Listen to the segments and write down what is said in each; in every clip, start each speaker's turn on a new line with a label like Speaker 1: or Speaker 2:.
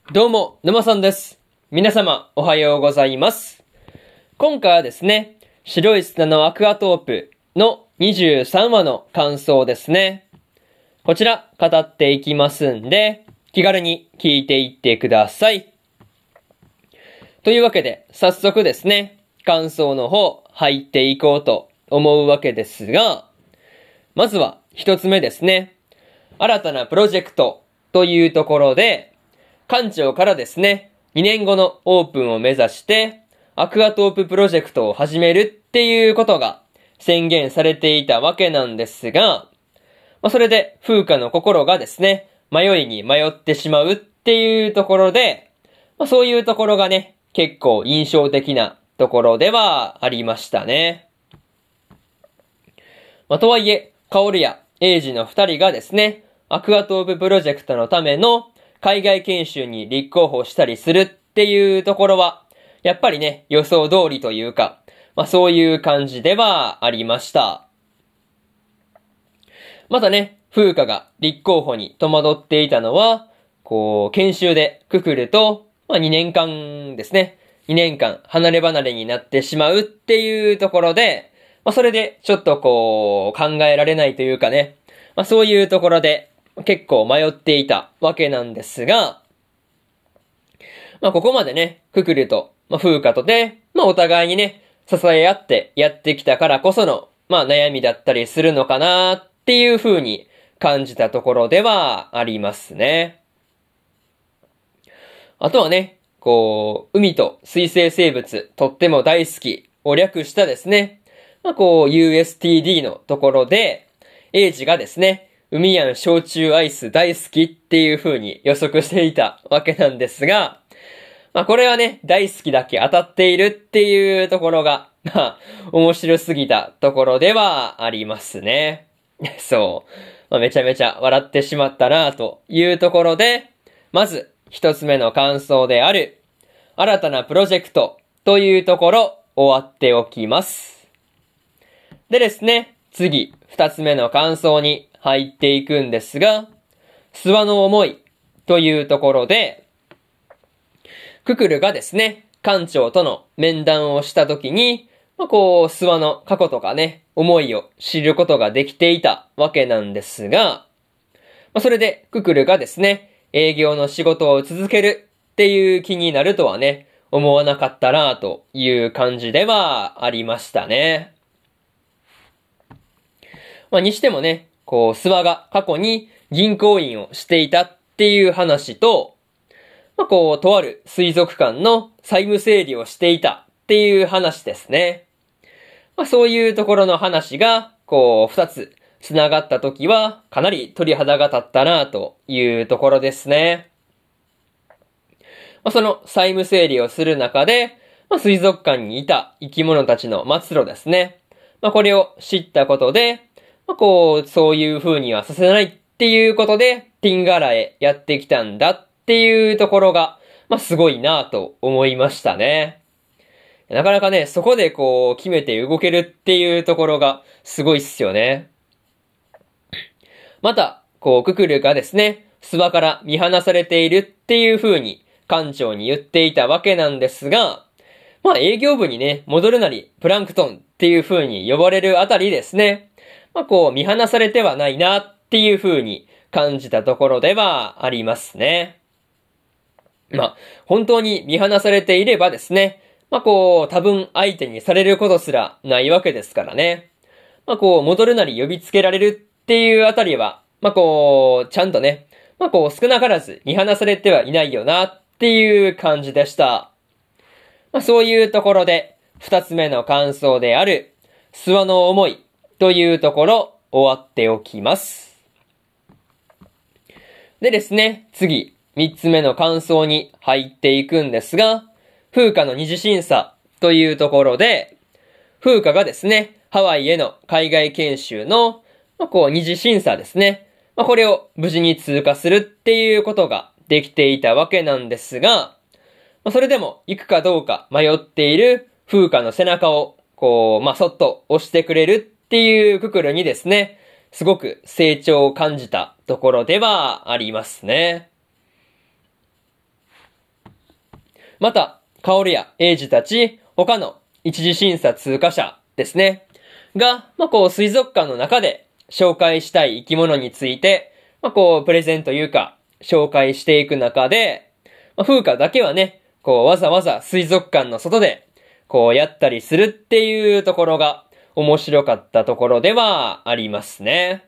Speaker 1: どうも、沼さんです。皆様、おはようございます。今回はですね、白い砂のアクアトープの23話の感想ですね。こちら、語っていきますんで、気軽に聞いていってください。というわけで、早速ですね、感想の方、入っていこうと思うわけですが、まずは、一つ目ですね。新たなプロジェクトというところで、館長からですね、2年後のオープンを目指して、アクアトーププロジェクトを始めるっていうことが宣言されていたわけなんですが、それで風花の心がですね、迷いに迷ってしまうっていうところで、そういうところがね、結構印象的なところではありましたね。とはいえ、カオルやエイジの2人がですね、アクアトーププロジェクトのための海外研修に立候補したりするっていうところは、やっぱりね、予想通りというか、そういう感じではありました。またね、風花が立候補に戸惑っていたのは、研修でククルと、2年間ですね、2年間離れ離れになってしまうっていうところで、それでちょっと考えられないというかね、そういうところで結構迷っていたわけなんですが、ここまでね、ククルと、風花とで、お互いにね、支え合ってやってきたからこその、悩みだったりするのかなっていう風に感じたところではありますね。あとはね、海と水生生物とっても大好きを略したですね、USTD のところで、エイジがですね、海やん焼酎アイス大好きっていう風に予測していたわけなんですが、これはね、大好きだけ当たっているっていうところが、面白すぎたところではありますね。そう。めちゃめちゃ笑ってしまったなというところで、まず一つ目の感想である、新たなプロジェクトというところ終わっておきます。でですね、次、二つ目の感想に入っていくんですが、諏訪の思いというところで、ククルがですね、館長との面談をしたときに、諏訪の過去とかね、思いを知ることができていたわけなんですが、それでククルがですね、営業の仕事を続けるっていう気になるとはね、思わなかったなという感じではありましたね。にしてもね、諏訪が過去に銀行員をしていたっていう話と、とある水族館の債務整理をしていたっていう話ですね。そういうところの話が、二つ繋がった時は、かなり鳥肌が立ったなというところですね。その債務整理をする中で、水族館にいた生き物たちの末路ですね。これを知ったことで、そういう風にはさせないっていうことで、ティンガラへやってきたんだっていうところが、すごいなと思いましたね。なかなかね、そこで決めて動けるっていうところがすごいっすよね。また、ククルがですね、諏訪から見放されているっていう風に館長に言っていたわけなんですが、営業部にね、戻るなりプランクトンっていう風に呼ばれるあたりですね。見放されてはないなっていう風に感じたところではありますね。本当に見放されていればですね、多分相手にされることすらないわけですからね。戻るなり呼びつけられるっていうあたりは、ちゃんとね、少なからず見放されてはいないよなっていう感じでした。そういうところで、二つ目の感想である、諏訪の思いというところ、終わっておきます。でですね、次、三つ目の感想に入っていくんですが、風花の二次審査というところで、風花がですね、ハワイへの海外研修の、二次審査ですね。これを無事に通過するっていうことができていたわけなんですが、それでも行くかどうか迷っている風花の背中を、そっと押してくれるっていうククルにですね、すごく成長を感じたところではありますね。 また、カオルやエイジたち、他の一次審査通過者ですね。が、水族館の中で紹介したい生き物について、プレゼンというか、紹介していく中で、風花だけはね、わざわざ水族館の外で、やったりするっていうところが面白かったところではありますね。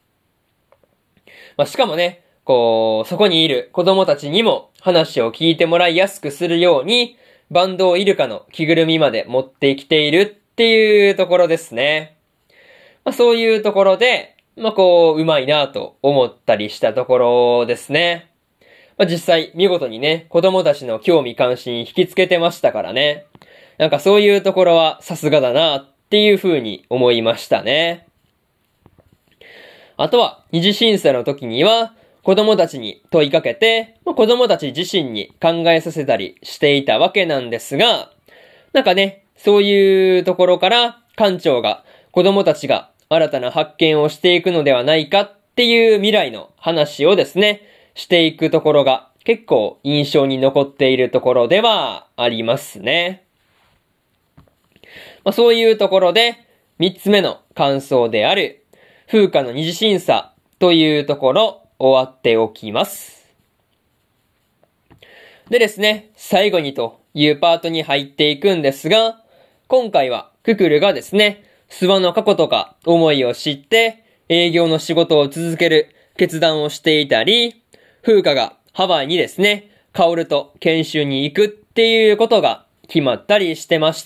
Speaker 1: しかもね、そこにいる子供たちにも話を聞いてもらいやすくするように、バンドイルカの着ぐるみまで持ってきているっていうところですね。そういうところで、うまいなと思ったりしたところですね。実際、見事にね、子供たちの興味関心引きつけてましたからね。そういうところはさすがだなっていう風に思いましたね。あとは、二次審査の時には、子供たちに問いかけて、子供たち自身に考えさせたりしていたわけなんですが、そういうところから館長が子供たちが新たな発見をしていくのではないかっていう未来の話をですね、していくところが結構印象に残っているところではありますね。そういうところで3つ目の感想である風花の二次審査というところ終わっておきます。でですね、最後にというパートに入っていくんですが、今回はククルがですね、諏訪の過去とか思いを知って営業の仕事を続ける決断をしていたり、風花がハワイにですね、カオルと研修に行くっていうことが決まったりしてました。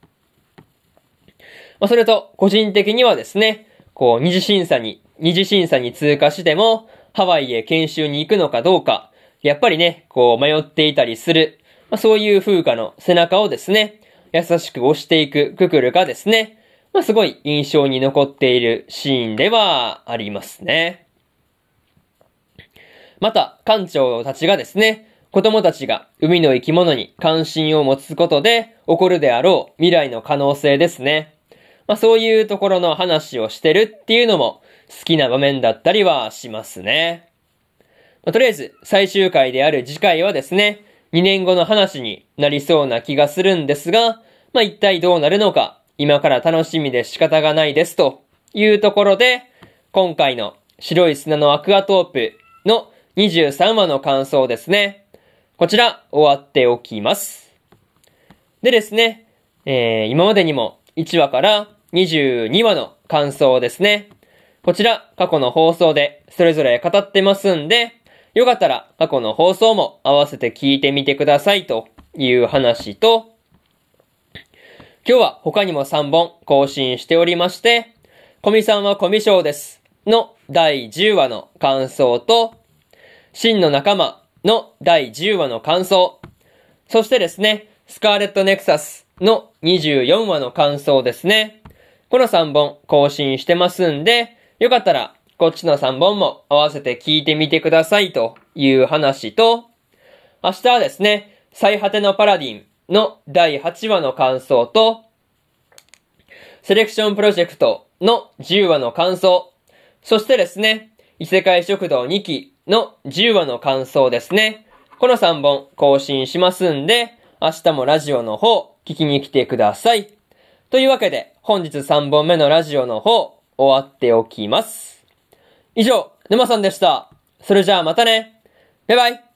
Speaker 1: それと個人的にはですね、二次審査に通過してもハワイへ研修に行くのかどうか、やっぱりね、迷っていたりする、そういう風花の背中をですね、優しく押していくククルがですね、すごい印象に残っているシーンではありますね。また、館長たちがですね、子供たちが海の生き物に関心を持つことで起こるであろう未来の可能性ですね。そういうところの話をしてるっていうのも好きな場面だったりはしますね。とりあえず最終回である次回はですね、2年後の話になりそうな気がするんですが、一体どうなるのか今から楽しみで仕方がないですというところで、今回の白い砂のアクアトープの23話の感想ですね。こちら終わっておきます。でですね、今までにも1話から22話の感想ですね。こちら過去の放送でそれぞれ語ってますんで、よかったら過去の放送も合わせて聞いてみてくださいという話と、今日は他にも3本更新しておりまして、コミさんはコミショウですの第10話の感想と、真の仲間の第10話の感想、そしてですね、スカーレットネクサスの24話の感想ですね。この3本更新してますんで、よかったらこっちの3本も合わせて聞いてみてくださいという話と、明日はですね、最果てのパラディンの第8話の感想と、セレクションプロジェクトの10話の感想、そしてですね、異世界食堂2期の10話の感想ですね。この3本更新しますんで、明日もラジオの方聞きに来てください。というわけで、本日3本目のラジオの方終わっておきます。以上、沼さんでした。それじゃあまたね。バイバイ。